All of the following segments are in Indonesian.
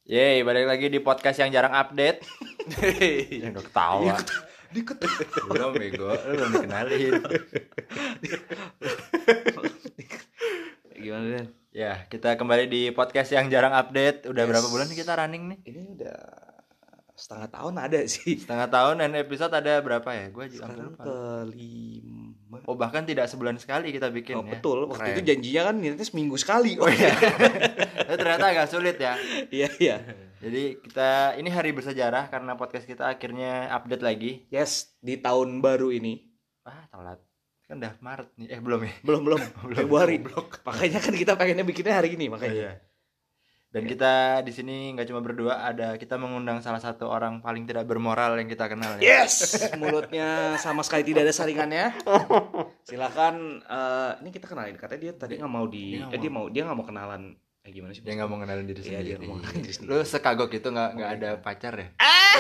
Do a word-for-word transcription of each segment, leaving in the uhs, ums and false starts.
Yeay, balik lagi di podcast yang jarang update. Yang udah ketawa. Dikit. Belum bego, lu belum dikenalin. Gimana Den? Ya, kita kembali di podcast yang jarang update. Udah Yes. berapa bulan nih kita running nih? Ini udah setengah tahun ada sih. Setengah tahun dan episode ada berapa ya? Gue juga Sekarang lupa. kelima. Oh, bahkan tidak sebulan sekali kita bikin Oh ya. betul. Waktu Keren. itu janjinya kan nanti seminggu sekali. Oh iya. Tapi ternyata agak sulit ya. Iya iya. Jadi kita ini hari bersejarah karena podcast kita akhirnya update lagi. Yes, di tahun baru ini. Ah, telat. Kan udah Maret nih. Eh, belum ya? Belum belum. Belum. Februari. Makanya kan kita pengennya bikinnya hari ini Oh, makanya. iya. Dan kita di sini nggak cuma berdua, ada kita mengundang salah satu orang paling tidak bermoral yang kita kenal ya. Yes, mulutnya sama sekali tidak ada saringannya. Silakan. eh, ini kita kenalin. Katanya dia tadi nggak mau di. Dia nggak Eh, dia mau dia nggak mau kenalan. Eh gimana sih? Dia nggak mau kenalin diri Iya, sendiri. dia nggak mau kenalin diri sendiri. Lu sekagok itu nggak nggak ada pacar ya?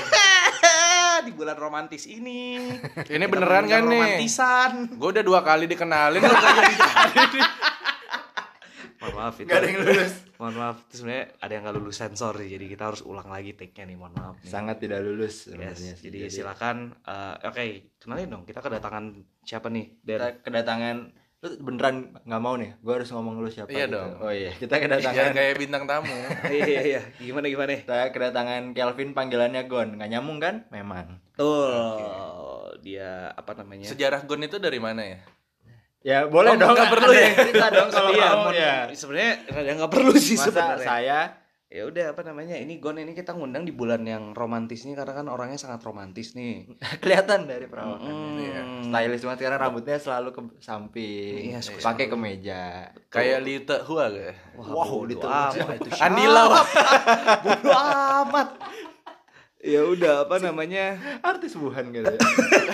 Di bulan romantis ini. Ini Kita beneran kan mengundang nih? romantisan. Gue udah dua kali dikenalin lu gak jadi jadi. Mohon maaf itu. Nggak ada yang lulus. Mohon maaf itu sebenarnya ada yang nggak lulus sensor sih, jadi kita harus ulang lagi take-nya nih. Mohon maaf nih. Sangat tidak lulus Yes, sebenarnya. sih. jadi, silakan. eh, Oke, kenalin dong. Kita kedatangan siapa nih? Dan kita kedatangan. Lu beneran nggak mau nih? Gue harus ngomong lu siapa? Iya gitu. dong. Oh iya, kita Biar kedatangan. kayak bintang tamu. iya iya iya. Gimana gimana? Kita kedatangan Kelvin, panggilannya Gon. Nggak nyambung kan? Memang. Tuh, dia apa namanya? Sejarah Gon itu dari mana ya? Ya boleh Oh, dong. nggak perlu ada ya? yang cerita dong kalau Iya, mau mohon- ya. sebenarnya ada nggak perlu sih Masa sebenarnya. saya Ya udah apa namanya? Ini Gon ini kita ngundang di bulan yang romantis nih karena kan orangnya sangat romantis nih. kelihatan dari perawakannya. Mm. Iya. Stylish banget sekarang, rambutnya selalu ke samping. Iya, suka pakai kemeja. Kayak Lita Hua gak? Wah, Wow, bodo itu amat itu. Andi siapa? Lau. Bodo amat. Ya udah apa namanya? Artis Wuhan gitu ya.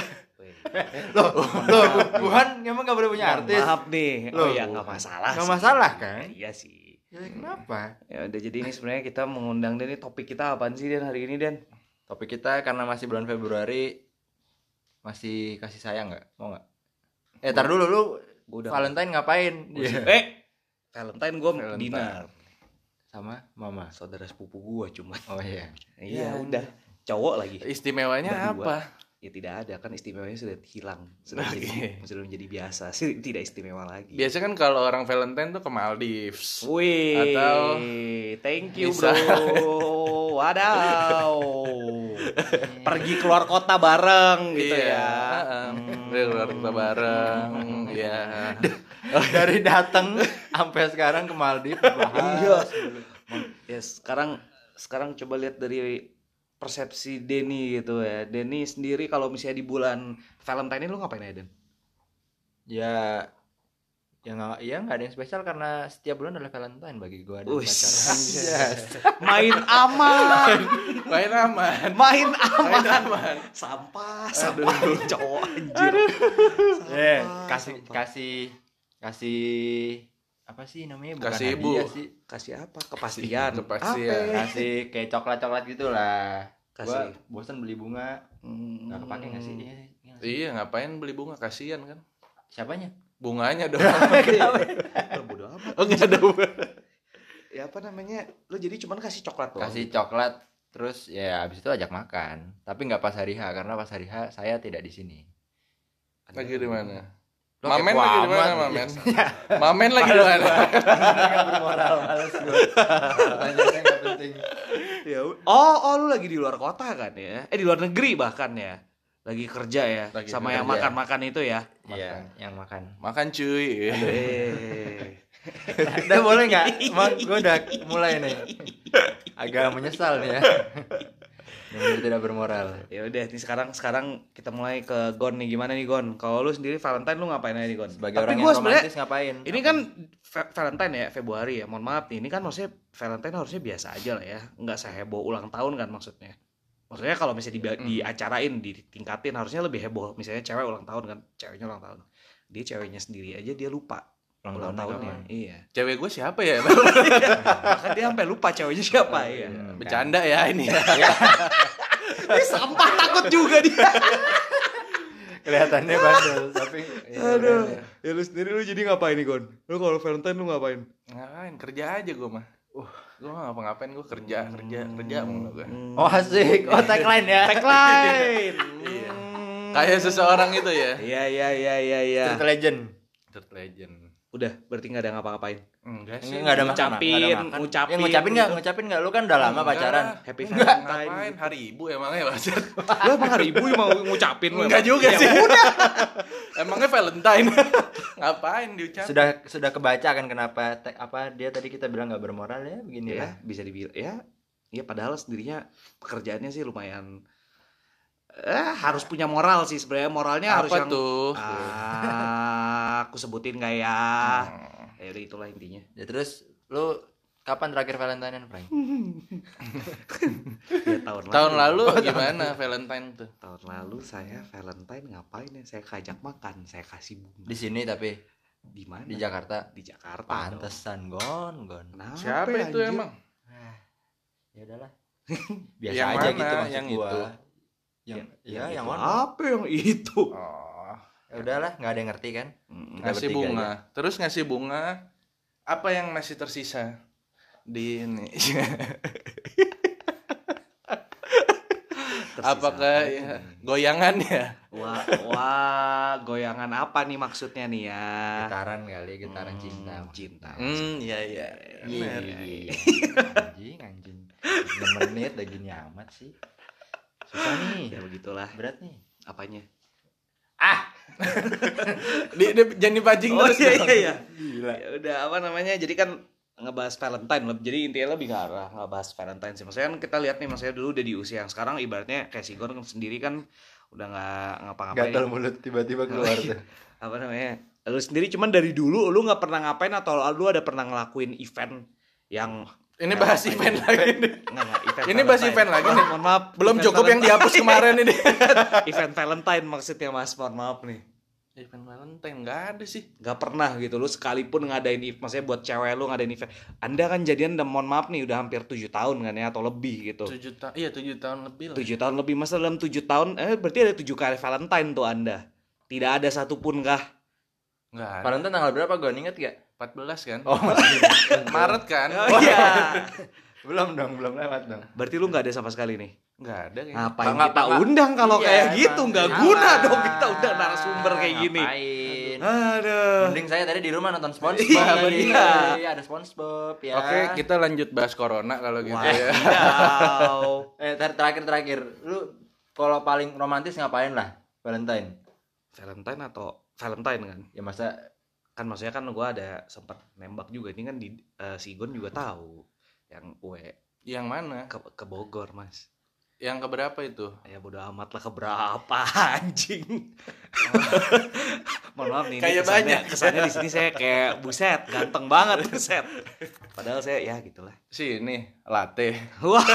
Loh, loh, Wuhan emang gak boleh punya artis? Maaf nih. Loh, Oh ya nggak masalah. nggak sih. masalah kan? Iya sih. Ya, kenapa? Ya udah jadi ini sebenarnya kita mengundang Dan, ini topik kita apaan sih Dan hari ini Dan? Topik kita karena masih bulan Februari, masih kasih sayang nggak? Mau nggak? Eh, tar dulu lu. Gua udah. Valentine ngapain? Iya. Eh, Valentine gue Valentine. dinner Sama mama. saudara sepupu gue cuma. Oh iya. Iya Ya, udah. Cowok lagi. Istimewanya Berdua. apa? Ya tidak ada kan istimewanya sudah hilang, sudah Oke. menjadi sudah menjadi biasa, sih tidak istimewa lagi. Biasa kan kalau orang Valentine tuh ke Maldives. Wih, Atau thank you bisa. bro. Wadaw. Pergi keluar kota bareng gitu Iya. ya. Heeh. Dari keluar kita bareng. Iya. Dari datang sampai sekarang ke Maldives bahas. Iya. Ya sekarang sekarang coba lihat dari persepsi Denny gitu ya. Denny sendiri kalau misalnya di bulan Valentine ini lu ngapain ya Den? Ya, ya nggak, ya nggak ada yang spesial karena setiap bulan adalah Valentine bagi gue ada Wih, pacaran. Yes. main aman, Main aman. main aman, Main aman. sampah, sampah cowok anjir. Eh, Sampah, kasih sampah. kasih kasih apa sih namanya? Bukan Kasih hadiah ibu. sih. Kasih apa? Kepastian. Kepastian. Apa? Kasih kayak coklat-coklat gitulah. Kasih. Gua bosan beli bunga, Hmm. nggak kepake nggak sih? Iya, iya. Iya, ngapain beli bunga, kasihan kan? Siapanya? Bunganya dong. Oh, bodo amat. Oh, enggak ada bunga. Ya apa namanya? Lu jadi cuman kasih coklat doang. Kasih coklat, terus ya abis itu ajak makan. Tapi nggak pas hari H karena pas hari H saya tidak di sini. Lagi di mana? Lo Mamen kepo lagi di mana, amat. Mamen? Mamen lagi di mana? Nggak bermoral, males gue. Pertanyaannya nggak penting. Ya, oh, oh lu lagi di luar kota kan ya? Eh di luar negeri bahkan ya. Lagi kerja ya Lagi sama yang kerja. makan-makan itu ya. Iya, yang makan. Makan cuy. Eh. Udah boleh nggak? Emang gue udah mulai nih. Agak menyesal nih ya. Yang tidak bermoral. Ya udah nih sekarang sekarang kita mulai ke Gon nih. Gimana nih Gon? Kalau lu sendiri Valentine lu ngapain aja nih Gon? Sebagai Tapi orang gua yang sebenarnya romantis ngapain? ini kan Va- Valentine ya Februari ya. Mohon maaf nih. Ini kan maksudnya Valentine harusnya biasa aja lah ya. Nggak seheboh ulang tahun kan maksudnya. Maksudnya kalau misalnya di, diacarain, ditingkatin harusnya lebih heboh. Misalnya cewek ulang tahun kan, ceweknya ulang tahun. Dia ceweknya sendiri aja dia lupa Ulang ulang tahunnya tahunnya. kapan? Iya. Cewek gue siapa ya? Bahkan dia sampai lupa ceweknya siapa ya. Hmm, Bercanda ya ini. Ini sampah takut juga dia. Kelihatannya bandel, tapi ya, Aduh. udah. Ya lu sendiri lu jadi ngapain nih Gon? Lu kalau Valentine lu ngapain? Ngapain? Kerja aja gue mah. Gue nggak ngapa-ngapain, gue kerja kerja kerja mulu gue. Oh asik, oh tagline ya. Tagline. Iya. Kayak seseorang itu ya. Iya iya iya iya iya. Street legend. Street legend. Udah, berarti enggak ada ngapa-ngapain. Enggak Ini sih. nggak ada makan, Ngucapin, nggak ada makan. ngucapin Ya, ngucapin nggak, gitu. ngucapin nggak? Lu kan udah lama Enggak pacaran. lah. Happy Enggak, Valentine. ngapain? Hari Ibu emangnya Bacat. Lu emang hari ibu mau ngucapin lu? Enggak emang? juga Ya sih. udah. Emangnya Valentine. Ngapain diucapin? Sudah sudah kebaca kan kenapa te- apa dia tadi kita bilang nggak bermoral ya begini Ya, lah. bisa dibilang ya. Ya padahal sendirinya pekerjaannya sih lumayan eh harus punya moral sih sebenarnya. Moralnya harus Apa yang tuh? Ah, aku sebutin nggak ya? Hmm. Ya udah itulah intinya. Ya terus lu kapan terakhir Valentine-an, Frank? Ya, tahun, Tahun lalu Oh, gimana Valentine tuh? Tahun lalu saya Valentine ngapain ya? Saya kajak makan, saya kasih bunga. Di sini tapi Di mana? di Jakarta. Di Jakarta. Pantesan gon gon. dong. Kenapa Siapa ya, itu anjir? emang? Ah, ya udahlah. Biasa Yang aja mana? gitu maksud Yang gua. itu? Yang ya, itu yang mana? apa yang itu? Oh, Ya udahlah, nggak ada yang ngerti kan? Mm, Kita ngasih bertiga bunga. Terus ngasih bunga. Apa yang masih tersisa di ini? tersisa Apakah apa ya, nih? goyangan ya? Wah, wah, goyangan apa nih maksudnya nih ya? Gitaran kali, gitaran Hmm, cinta. cinta. Hmm, iya iya. Iya, Bener. iya, iya. Anjing, anjing. enam menit udah gini amat sih. Susah nih. Ya begitulah. Berat nih. Apanya? Ah, Di, di, jangan dipancing Oh terus iya dong. iya iya. gila. Ya udah apa namanya? Jadi kan ngebahas Valentine lebih. Jadi intinya lebih ke arah ngebahas Valentine sih. Maksudnya kan kita lihat nih, maksudnya dulu udah di usia yang sekarang ibaratnya kayak Sigon kan sendiri kan udah nggak ngapa-ngapain. Gatal mulut tiba-tiba keluar tuh. Apa namanya? Lu sendiri cuman dari dulu lu nggak pernah ngapain atau lu ada pernah ngelakuin event yang Ini bahas event lagi nih. Nggak, nggak, event Ini bahas Valentine. event lagi nih. Mohon maaf. Belum event cukup yang Valentine. dihapus kemarin ini. Event Valentine maksudnya Mas, mohon maaf nih. Event Valentine nggak ada sih. Gak pernah gitu lu sekalipun ngadain event, maksudnya buat cewek lu ngadain event. Anda kan jadian udah mohon maaf nih udah hampir tujuh tahun kan ya atau lebih gitu. Tujuh tahun, iya tujuh tahun lebih lah. tujuh tahun lebih, masa dalam tujuh tahun eh berarti ada tujuh kali Valentine tuh Anda. Tidak ada satupun kah? Nggak ada. Valentine tanggal berapa gue inget gak? empat belas kan? Oh, Maret kan? Oh iya. belum dong, belum lewat dong. Berarti lu nggak ada sama sekali nih. Nggak ada kayaknya. Ngapain Nggak, kita nggak. undang kalau Iya, kayak emang. gitu? Nggak Salah. guna dong kita undang narasumber kayak gini. Ngapain? Aduh. Mending saya tadi di rumah nonton SpongeBob. Iya, benar. Iya, ada SpongeBob ya. Oke, kita lanjut bahas corona kalau gitu Wah, ya. wow. Eh, ter- terakhir terakhir, lu kalau paling romantis ngapain lah Valentine? Valentine atau Valentine kan? Ya masa Kan maksudnya kan gua ada sempat nembak juga. Ini kan di eh, Sigon juga tahu yang gue Yang mana? ke, ke Bogor, Mas. Yang keberapa itu? Ya bodo amat lah keberapa anjing. Mohon maaf nih, ini Kayak kesannya, banyak. kesannya di sini saya kayak buset, ganteng banget buset. Padahal saya ya gitulah. Sini, latte. Wah.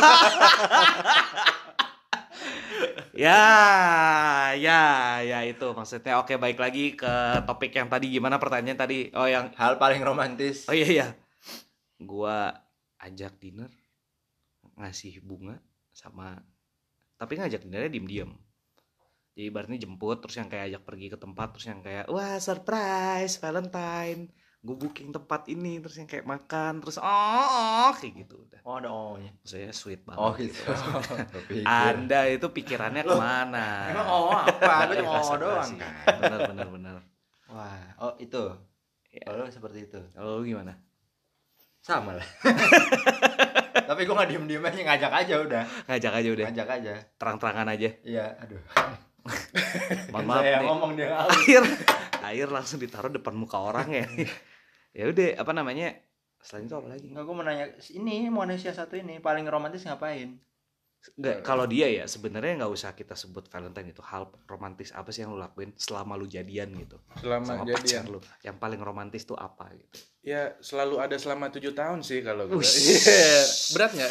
Ya, ya, ya itu maksudnya. Oke, baik lagi ke topik yang tadi. Gimana pertanyaan tadi? Oh, yang hal paling romantis. oh iya iya. Gua ajak dinner, ngasih bunga sama, tapi ngajak dinernya diem-diem. Jadi ibaratnya jemput, terus yang kayak ajak pergi ke tempat, terus yang kayak wah surprise Valentine, gue booking tempat ini, terus yang kayak makan, terus oh, oh kayak gitu udah. Oh, ada O-nya. Maksudnya sweet banget. Oh, gitu. Gua pikir. Anda itu pikirannya kemana? Emang O apa? Aku cuma O Basa-basi. doang kan. Bener bener bener. Wah, oh itu. Ya. Kalau lu seperti itu. Kalau lu gimana? Sama lah. Tapi gue nggak diem-diem aja, ngajak aja udah. Ngajak aja udah. Ngajak aja. Terang-terangan aja. Iya, aduh. Mohon maaf Saya nih. ngomong dia ngalih. Air air langsung ditaruh depan muka orang ya. Ya udah, apa namanya? Selain itu apa lagi? Enggak, gue mau nanya ini manusia satu ini paling romantis ngapain? Enggak, kalau dia ya sebenarnya nggak usah kita sebut Valentine itu. Hal romantis apa sih yang lu lakuin selama lu jadian gitu? Selama Sama jadian. pacar lu. Yang paling romantis tuh apa gitu? Ya, selalu ada selama tujuh tahun sih kalau gue. Ush. Iya. Berat nggak?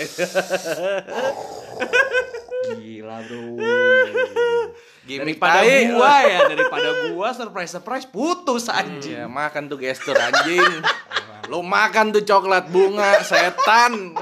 Gila, Bro. Gimik Daripada tai. gua ya, daripada gua surprise-surprise putus anjing. Iya, makan tuh gestur anjing. Lu makan tuh coklat bunga, setan.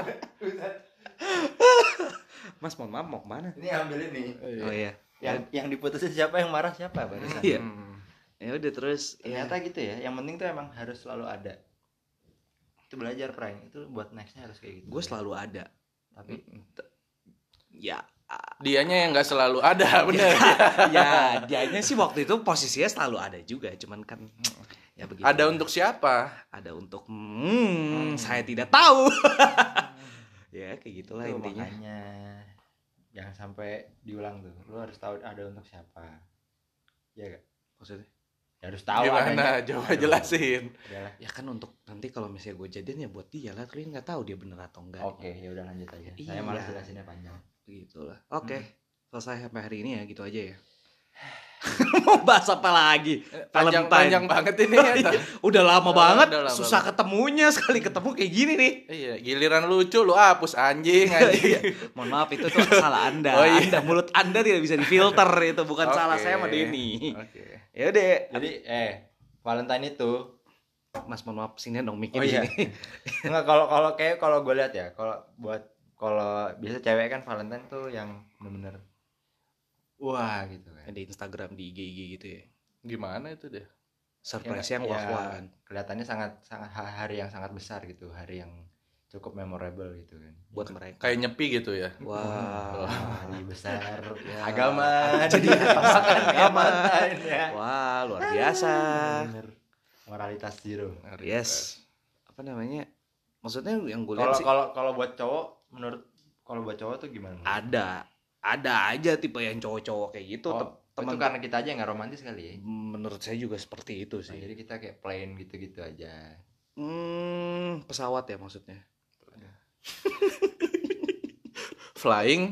Mas, mohon maaf mau kemana? Ini ambil ini. Oh iya. Yang yang diputusin siapa, yang marah siapa barusan? Iya. Hmm. Ya udah terus ya Ternyata gitu ya. Yang penting tuh emang harus selalu ada. itu belajar prank itu buat nextnya harus kayak gitu. Gue selalu ada. Tapi Ya dianya yang nggak selalu ada, bener. ya dianya sih waktu itu posisinya selalu ada juga, cuman kan ya begitu. Ada untuk siapa? Ada untuk hmm, saya tidak tahu. Ya kayak gitulah itu intinya. makanya jangan sampai diulang tuh. Lu harus tahu ada untuk siapa. Ya gak? Maksudnya? Ya harus tahu Gimana? adanya. Coba jelasin. Udahlah. Ya kan untuk nanti kalau misalnya gue jadian ya buat dia lah, tapi nggak tahu dia bener atau enggak. Oke, ya udah lanjut aja. Iya. Saya malah jelasinnya panjang. Begitulah. Oke, Hmm. selesai sampai hari ini ya gitu aja ya. Mau bahas apa lagi? Panjang Valentine. panjang banget ini ya. Udah lama Oh, banget, udah lama susah banget. ketemunya, sekali ketemu kayak gini nih. Iya, giliran lucu lu hapus anjing anjing. Mohon maaf itu tuh salah Anda. Oh, iya. Anda mulut Anda tidak bisa difilter, itu bukan Oke. salah saya sama Denny. Oke. Ya udah, Jadi eh Valentine itu Mas mohon maaf sini dong mikir Oh, di iya. sini. enggak kalau kalau kayak kalau gue lihat ya, kalau buat kalau biasa cewek kan Valentine tuh yang bener-bener wah gitu kan. Di Instagram, di I G I G gitu ya. Gimana itu deh? Surprise yang Ya, wah-wah kan. kelihatannya sangat sangat hari yang sangat besar gitu, hari yang cukup memorable gitu kan. Buat mereka. Kayak nyepi gitu ya. Wah. Hari besar Ya. agama Jadi dipaksakan agama. ya. Wah, luar biasa. Bener. Moralitas zero. Yes. Apa namanya? Maksudnya yang gue Kalau lihat sih kalau kalau buat cowok menurut kalau buat cowok tuh gimana? ada. Ada aja tipe yang cowok-cowok kayak gitu. Oh, Tem- itu teman karena kita aja yang nggak romantis kali ya. menurut saya juga seperti itu Nah, sih. jadi kita kayak plain gitu-gitu aja. Hmm, pesawat ya maksudnya. Flying.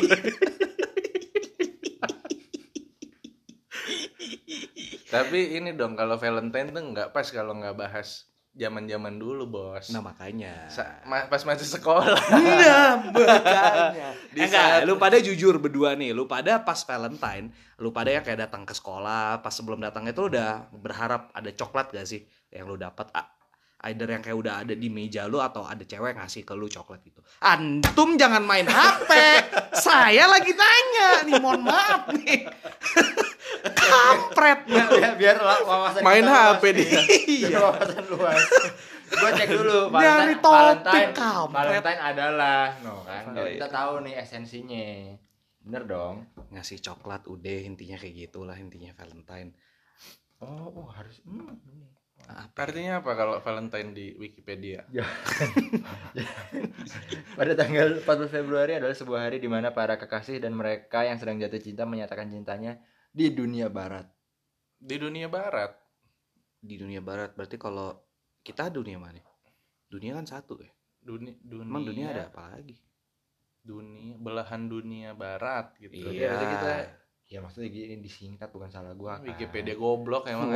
Tapi ini dong kalau Valentine tuh nggak pas kalau nggak bahas zaman-zaman dulu, Bos. Nah makanya. Sa- ma- pas masih sekolah. Nah, makanya. Di Eh, enggak, saat- lu pada jujur berdua nih. Lu pada pas Valentine, lu pada yang kayak datang ke sekolah, pas sebelum datang itu udah berharap ada coklat gak sih yang lu dapat? A- Either yang kayak udah ada di meja lu atau ada cewek ngasih ke lu coklat gitu. Antum jangan main H P. Saya lagi nanya nih, mohon maaf nih. Kampret. biar, biar lah wawasan Main kita H P luas, dia. iya. Biar wawasan luas. Gua cek dulu Nyari Valentine. topik, Valentine, kampret. Valentine adalah, no kan. Oh, Biar iya. kita tahu nih esensinya. Bener dong. Ngasih coklat udah intinya kayak gitulah intinya Valentine. Oh, oh harus. Hmm, ini. Apa? Artinya apa kalau Valentine di Wikipedia? Pada tanggal empat belas Februari adalah sebuah hari di mana para kekasih dan mereka yang sedang jatuh cinta menyatakan cintanya di dunia barat. Di dunia barat. Di dunia barat berarti kalau kita dunia mana? Dunia kan satu ya. Dunia, dunia. Emang dunia ada apa lagi? Dunia, belahan dunia barat gitu. Iya. Berarti kita ya maksudnya gini disingkat bukan salah gua kan. Wikipedia goblok emang.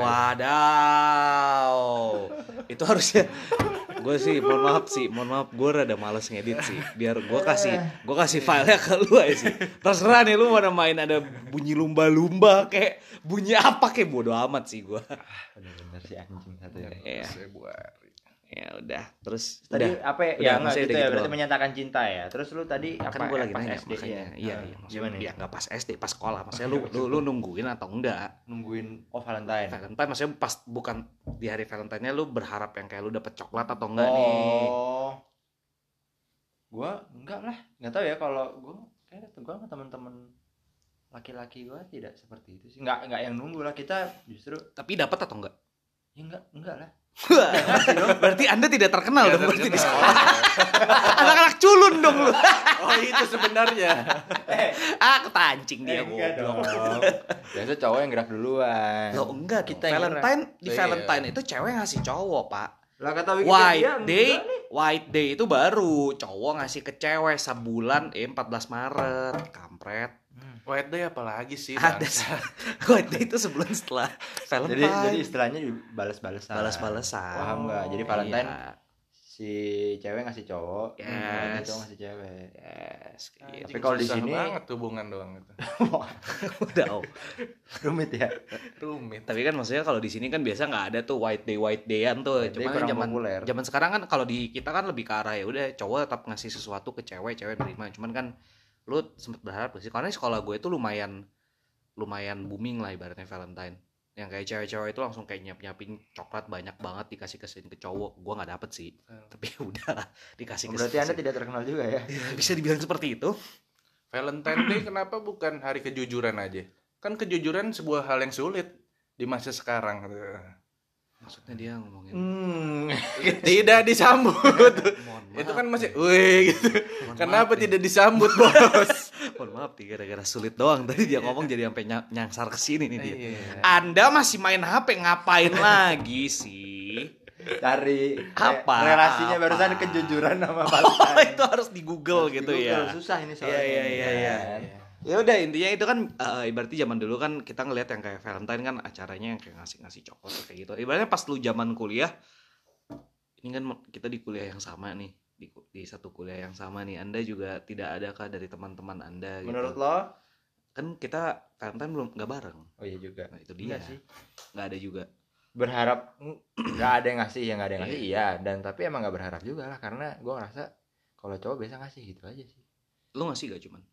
Wadaw. Itu harusnya gue sih mohon maaf sih, mohon maaf gue rada males ngedit sih. Biar gue kasih gue kasih filenya ke lu aja sih. Terserah nih lu mau main ada bunyi lumba-lumba kayak bunyi apa kayak bodo amat sih gue. Bener-bener si anjing satu ya. Iya. Februari. Ya udah, terus Tadi udah. apa ya? Udah, Ya enggak maksudnya gitu udah ya, gitu berarti doang. menyatakan cinta ya. Terus lu tadi apa? Kan gue lagi pas nanya S D makanya. ya? Iya, Nah, iya. Maksudnya gimana ya ya? enggak pas S D, pas sekolah. Maksudnya lu lu lu nungguin atau enggak? Nungguin oh Valentine. Valentine maksudnya pas bukan di hari Valentine-nya lu berharap yang kayak lu dapet coklat atau enggak nih? Oh. Gua enggak lah. Enggak tahu ya kalau gua kayak gua sama teman-teman laki-laki gua tidak seperti itu sih. Enggak enggak yang nunggu lah, kita justru Tapi dapat atau enggak? ya enggak enggak lah. Berarti Anda tidak terkenal Nggak dong berarti di terkenal. sekolah. Anak-anak culun dong lu. Oh itu sebenarnya. Ah, ketancing dia Eh, enggak goblok. dong. Biasa cowok yang gerak duluan. Loh enggak, Kita kita yang Valentine di Iya. Valentine itu cewek ngasih cowok, Pak. Lah kata White Wikipedia Day, enggak nih. White Day itu baru cowok ngasih ke cewek sebulan eh empat belas Maret. Kampret. White Day apalagi sih? Ada bangsa? White Day itu sebulan setelah Jadi Valentine. jadi istilahnya balas-balasan. balas-balasan. Paham enggak? Jadi Valentine Iya. si cewek ngasih cowok, Yes. si cowok ngasih cewek. Yes, gitu. Tapi kalau di Susah sini- banget hubungan doang itu. Udah, oh. Rumit ya. Rumit. Tapi kan maksudnya kalau di sini kan biasa nggak ada tuh white day white dayan tuh. White day Cuma kan kurang zaman populer. zaman sekarang kan kalau di kita kan lebih ke arah ya udah cowok tetap ngasih sesuatu ke cewek, cewek nerima. Cuman kan lu sempet berharap gak sih? Karena sekolah gue itu lumayan lumayan booming lah ibaratnya Valentine. Yang kayak cewek-cewek itu langsung kayak nyiap-nyiapin coklat banyak banget dikasih kesin ke cowok. Gua nggak dapet sih. Hmm. Tapi udah lah dikasih oh, berarti Anda tidak terkenal juga ya? Bisa dibilang seperti itu. Valentine Day kenapa bukan hari kejujuran aja? Kan kejujuran sebuah hal yang sulit di masa sekarang. Maksudnya dia ngomongin hmm, tidak disambut. Itu kan masih weh gitu. Mohon kenapa maaf, tidak ya. Disambut, Bos? Mohon maaf, gara-gara sulit doang tadi dia ngomong jadi sampai nyangsar ke sini nih dia. Anda masih main H P ngapain lagi sih? Cari apa? Relasinya apa? Barusan kejujuran sama Valentine. Oh, itu harus di Google harus gitu di Google. Ya. Susah ini soalnya. Iya iya iya. Ya udah intinya itu kan uh, ibaratnya zaman dulu kan kita ngelihat yang kayak Valentine kan acaranya yang kayak ngasih-ngasih coklat kayak gitu. Ibaratnya pas lu zaman kuliah ini kan kita di kuliah yang sama nih, di, di satu kuliah yang sama nih. Anda juga tidak adakah dari teman-teman Anda gitu. Menurut lo? Kan kita Valentine belum enggak bareng. Oh iya juga. Nah, itu dia. Enggak sih. Enggak ada juga. Berharap enggak ada yang ngasih, ya enggak ada yang ngasih. Iya, dan tapi emang enggak berharap juga lah karena gua ngerasa kalau cowok biasa ngasih gitu aja sih. Lu ngasih gak cuman?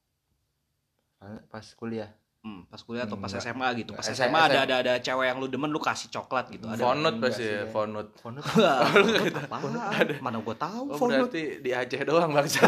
Pas kuliah. Hmm, pas kuliah atau pas S M A gitu. Pas S- S M A S- ada ada ada cewek yang lu demen lu kasih coklat gitu. Ada. Fonut pasti ya, fonut. Fonut. Apa? Mana gua tahu oh, fonut. Berarti di Aceh doang bangsa.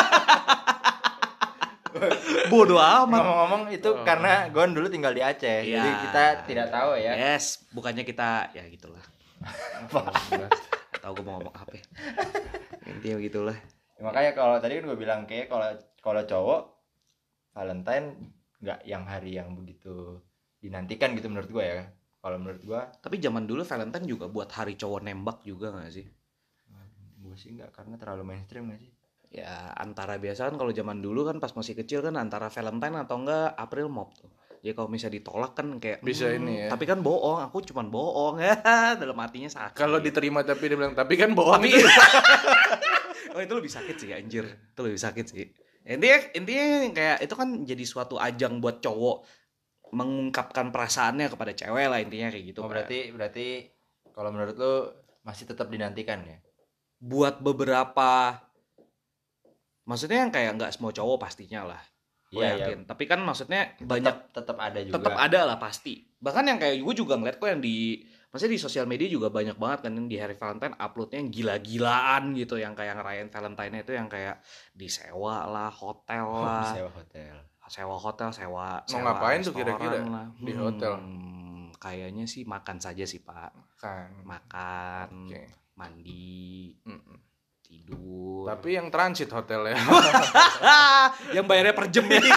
Bodoh amat. Ngomong-ngomong itu oh. Karena Gon dulu tinggal di Aceh. Ya. Jadi kita tidak tahu ya. Yes, bukannya kita ya gitulah. Tahu gua mau ngomong apa. Intinya begitulah. Ya, makanya kalau tadi kan gua bilang kayak kalau kalau cowok Valentine nggak yang hari yang begitu dinantikan gitu menurut gue ya. Kalau menurut gue. Tapi zaman dulu Valentine juga buat hari cowok nembak juga nggak sih? Gue sih nggak, karena terlalu mainstream nggak sih? Ya antara biasa kan kalau zaman dulu kan pas masih kecil kan antara Valentine atau enggak April Mop tuh. Jadi kalau misalnya ditolak kan kayak bisa hmm, ini ya. Tapi kan bohong, aku cuman bohong ya. Dalam hatinya sakit. Kalau diterima tapi dia bilang tapi kan bohong. Tapi... oh itu lebih sakit sih anjir. Itu lebih sakit sih. Intinya, intinya kayak itu kan jadi suatu ajang buat cowok mengungkapkan perasaannya kepada cewek lah, intinya kayak gitu. Oh, berarti kan. berarti kalau menurut lu masih tetap dinantikan ya? Buat beberapa, maksudnya yang kayak nggak semua cowok pastinya lah. Gue ya, yakin. Ya. Tapi kan maksudnya tetap, banyak tetap ada juga. Tetap ada lah pasti. Bahkan yang kayak gue juga ngeliat kok yang di maksudnya di sosial media juga banyak banget kan yang di hari Valentine uploadnya yang gila-gilaan gitu, yang kayak ngerayain Valentine itu yang kayak disewa lah, hotel lah. Oh, sewa hotel. Sewa hotel, sewa. Mau sewa ngapain tuh kira-kira lah. di hmm, hotel? Kayaknya sih makan saja sih Pak. Makan. Makan. Okay. Mandi. Mm-mm. Tidur. Tapi yang transit hotel ya. Yang bayarnya per jam ya.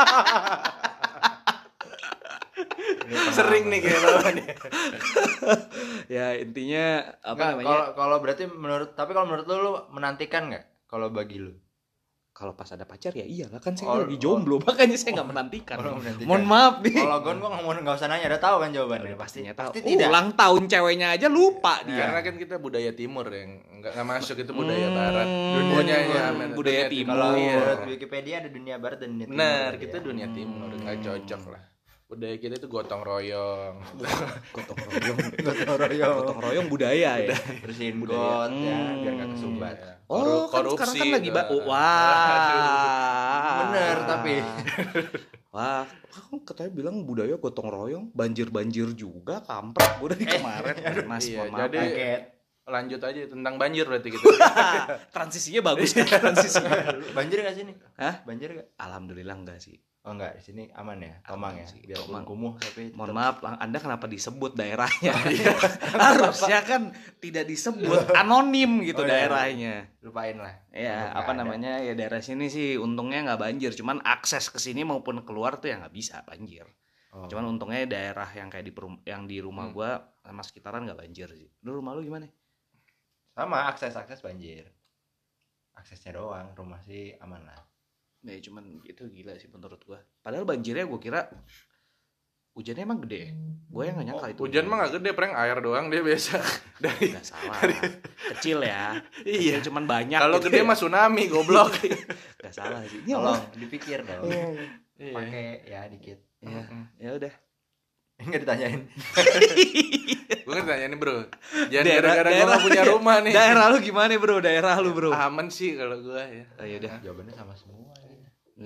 Sering nih kayak lawan ya. Ya intinya apa nggak, namanya? Kalau kalau berarti menurut tapi kalau menurut lu, lu menantikan nggak? Kalau bagi lu? Kalau pas ada pacar ya iyalah kan saya oh, lagi jomblo, oh, makanya saya nggak oh, menantikan. Oh, menantikan. Mohon maaf nih. Kalau Gon gua nggak nggak usah nanya, udah tahu kan jawabannya. Ya, pastinya tahu. Pasti oh, tidak. Ulang tahun ceweknya aja lupa nah, dia. Karena kan kita budaya timur yang nggak nggak masuk itu budaya hmm, barat. Dunia ya, budaya timur. Kalau menurut Wikipedia ada dunia barat dan dunia timur. Benar, kita ya. dunia timur nggak hmm. cocok lah. Budaya kita itu gotong royong. Gotong royong. Gotong royong. Gotong royong budaya ya. Bersihin got hmm. ya biar nggak kesumbat. Oh, kan korupsi. Sekarang kan lagi ba- oh, wah. Bener tapi. Wah, aku katanya bilang budaya gotong royong, banjir-banjir juga, kampret. Gue dari kemarin. Mas, iya, maaf. jadi kaget. Lanjut aja tentang banjir berarti kita. Transisinya bagus kan transisinya. Banjir enggak sini? Hah? Banjir enggak? Alhamdulillah enggak sih. Oh enggak, di sini aman ya, tomang ya. Sih. Biar Tomang. kumuh tapi mohon maaf, Anda kenapa disebut daerahnya? Harusnya kan tidak disebut, anonim gitu oh, daerahnya. Lupain lah. Ya, apa ada. namanya? Ya daerah sini sih untungnya enggak banjir, cuman akses ke sini maupun keluar tuh ya enggak bisa banjir. Oh. Cuman untungnya daerah yang kayak di perum- yang di rumah hmm. gua sama sekitaran enggak banjir sih. Lu rumah lu gimana? Sama, akses-akses banjir. Aksesnya doang, rumah sih aman lah. Ya cuman itu gila sih menurut gua. Padahal banjirnya gua kira hujannya emang gede. Gua yang gak nyangka oh, itu. Hujan mah gak gede, prank air doang dia biasa. Dari gak salah. Dari... Kecil ya. Iya, kecil, cuman banyak. Kalau gitu gede ya. mah tsunami goblok. Gak salah sih. Ini Allah dipikir dong. Iya. Pakai ya dikit. Iya. Ya udah. Enggak ditanyain. Gue kan tanya nih bro, jangan gara-gara gue gak punya rumah nih. Daerah lu gimana bro? Daerah lu bro? Aman sih kalau gue ya. Oh, yaudah. Jawabannya sama semua. Ya udah.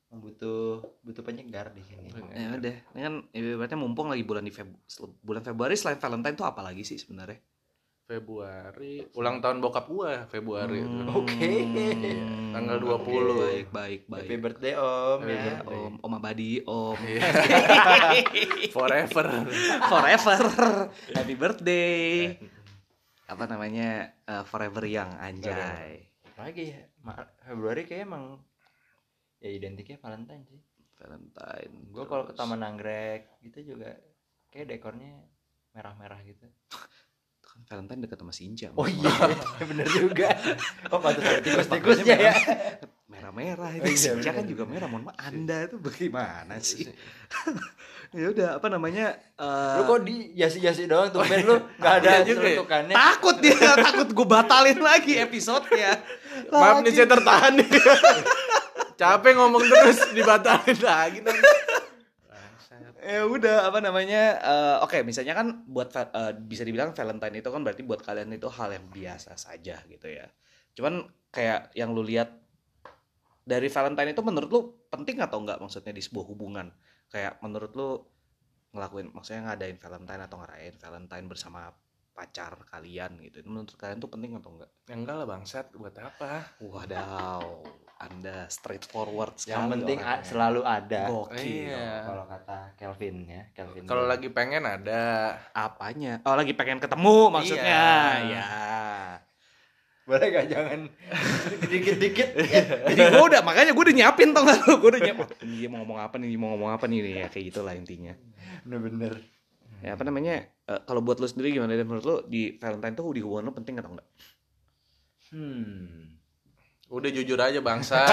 butuh butuh penyegar di sini. Ya udah, ini kan ibaratnya mumpung lagi bulan di Feb- bulan Februari selain Valentine tuh apa lagi sih sebenarnya? Februari, ulang tahun bokap gua Februari itu. Hmm, Oke. Tanggal dua puluh. Baik, baik, baik. Happy birthday Om Happy ya. birthday. Om, Om Abadi, Om. Iya. Forever. Forever. Happy birthday. Apa namanya? eh, forever Young, anjay. Lagi ya, Ma- Februari kayak emang ya identiknya Valentine sih. Valentine. Gue kalau ke terus- Taman Anggrek gitu juga kayak dekornya merah-merah gitu. Kan Valentine dekat sama Sinja. Oh iya, bener juga. Oh pantas ada tikus-tikusnya ya. Merah-merah Oh itu. iya, Sinja kan bener. juga merah. Mohon maaf, Anda itu bagaimana sih? Ya udah, apa namanya? eh, Lu kok di yasi-yasi doang tuh Ben lu enggak ada Iya juga ya. celutukannya. takut dia, takut gue batalin lagi episodenya. Maaf nih Lagi. saya tertahan nih. Capek ngomong terus dibatalin lagi dong. Ya udah, apa namanya? eh, Oke, misalnya kan buat va- eh, bisa dibilang Valentine itu kan berarti buat kalian itu hal yang biasa saja gitu ya. Cuman kayak yang lu lihat dari Valentine itu menurut lu penting atau enggak maksudnya di sebuah hubungan? Kayak menurut lu ngelakuin maksudnya ngadain Valentine atau ngerayain Valentine bersama pacar kalian gitu. Itu menurut kalian tuh penting atau enggak? Ya enggak lah bangsat, buat apa? Wadaw, Anda straightforward sekali. Yang penting a- orangnya. selalu ada. Gokil. Iya. Kalau kata Kelvin ya, Kelvin. Kalau lagi pengen ada. Apanya? Oh, lagi pengen ketemu maksudnya. Iya. Ya. boleh gak jangan dikit-dikit. Jadi gue udah, makanya gue udah nyiapin tau gak lu. Gue udah nyiapin. Ini dia mau ngomong apa nih, dia mau ngomong apa nih, ya kayak gitulah intinya. Bener-bener. Ya apa namanya? eh, kalau buat lu sendiri gimana? Dan menurut lu di Valentine tuh di hubungan lu penting atau enggak? Hmm. Udah jujur aja bangsat.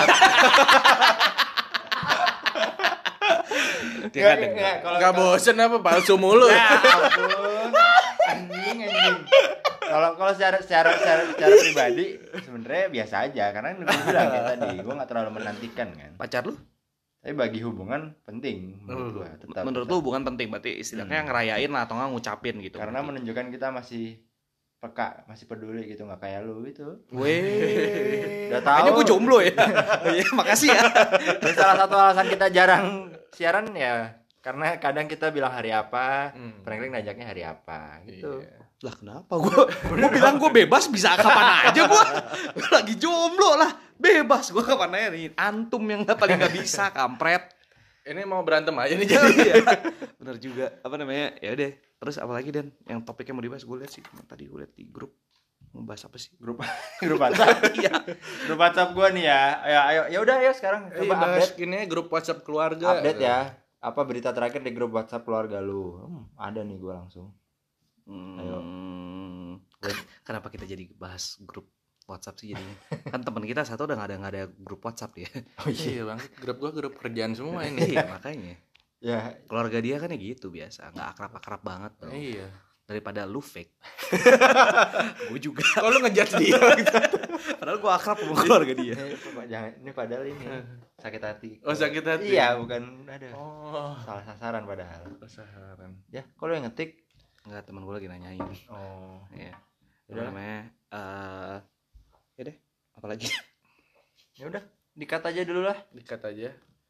Dia Nggak, kan dengar. nggak, kalau Enggak bosen apa palsu mulu. Ya ampun. Anjing anjing. Kalau kalau secara secara secara secara pribadi sebenarnya biasa aja karena gue bilang kayak tadi, gue nggak terlalu menantikan kan. Pacar lu? Tapi bagi hubungan penting menurut gue tetap. Menurut tetap. lu hubungan penting berarti istilahnya Hmm. ngerayain lah atau nggak ngucapin gitu. Karena berarti. menunjukkan kita masih peka, masih peduli gitu, nggak kayak lu gitu. Weh. Udah tahu. Kayaknya gue jomblo ya. Oh iya, makasih ya. Dan salah satu alasan kita jarang siaran ya karena kadang kita bilang hari apa, Hmm. Franklin ngajaknya hari apa gitu. Iya. Lah kenapa gue? Gue bilang gue bebas bisa kapan aja gue. Lagi jomblo lah, bebas gue kapan aja nih. Antum yang nggak paling nggak bisa, kampret. Ini mau berantem aja nih jadi. Iya. Bener juga. Apa namanya? Ya udah. Terus apa lagi Dan? Yang topiknya mau dibahas gue lihat sih. Tadi gue lihat di grup. Mau bahas apa sih? Grup grup WhatsApp. Iya. Grup WhatsApp gua nih ya. Ya ayo ya udah ayo sekarang Coba coba bahas update ini grup WhatsApp keluarga. update ya. Apa berita terakhir di grup WhatsApp keluarga lu? Hmm, ada nih gua langsung. Ayo. Hmm, kenapa kita jadi bahas grup WhatsApp sih jadinya? Kan teman kita satu udah nggak ada nggak ada grup WhatsApp dia. Oh Iya bang, grup gua grup kerjaan semua ini. Iya makanya. Ya, Keluarga dia kan ya gitu biasa, nggak akrab-akrab banget bro. Iya. Daripada lu fake. Gue juga. Kok lu ngejudge dia gitu? Padahal gue akrab sama keluarga dia. ini, Pak, jangan ini padahal ini sakit hati. Oh sakit hati. Iya, bukan ada. Oh. Salah sasaran padahal. Kesaharan. Ya, kalau yang ngetik. Enggak, teman gue lagi nanyain. Oh. Iya. Udah. Namanya eh ya deh, apalagi? Ya udah, dikat aja dulu lah. Dikat aja.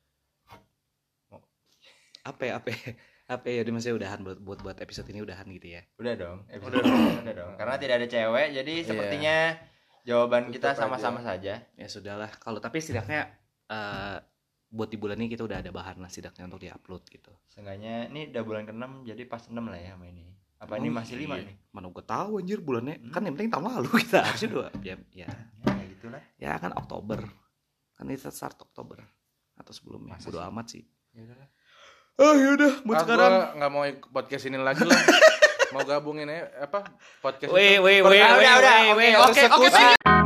Apa ya, apa ya? Apa ya, masih udahan buat buat buat episode ini udahan gitu ya. Udah dong. Udah dong. Udah dong. Karena tidak ada cewek, jadi sepertinya jawaban kita Tutup sama-sama aja. saja. Ya sudahlah. Kalau tapi setidaknya eh buat di bulan ini kita udah ada bahan lah setidaknya untuk diupload gitu. Seenggaknya ini udah bulan keenam jadi pas enam lah ya sama ini. Apa ini Oh, masih lima iya. nih? Mana gue tahu anjir bulannya. Hmm. Kan yang penting tahun lalu kita harusnya dua. Ya, ya, Ya gitulah. ya kan Oktober. Kan ini start Oktober atau sebelumnya. Masa Bodo sih? amat sih. Ya udahlah. Oh yaudah, buat Ah, sekarang. gua nggak mau ikut podcast ini lagi lah. Mau gabungin aja apa podcast Weh, itu. weh, Per- weh, Ah, weh, udah, udah. weh, Oke, weh. Oke, oke, persekusi. thank you.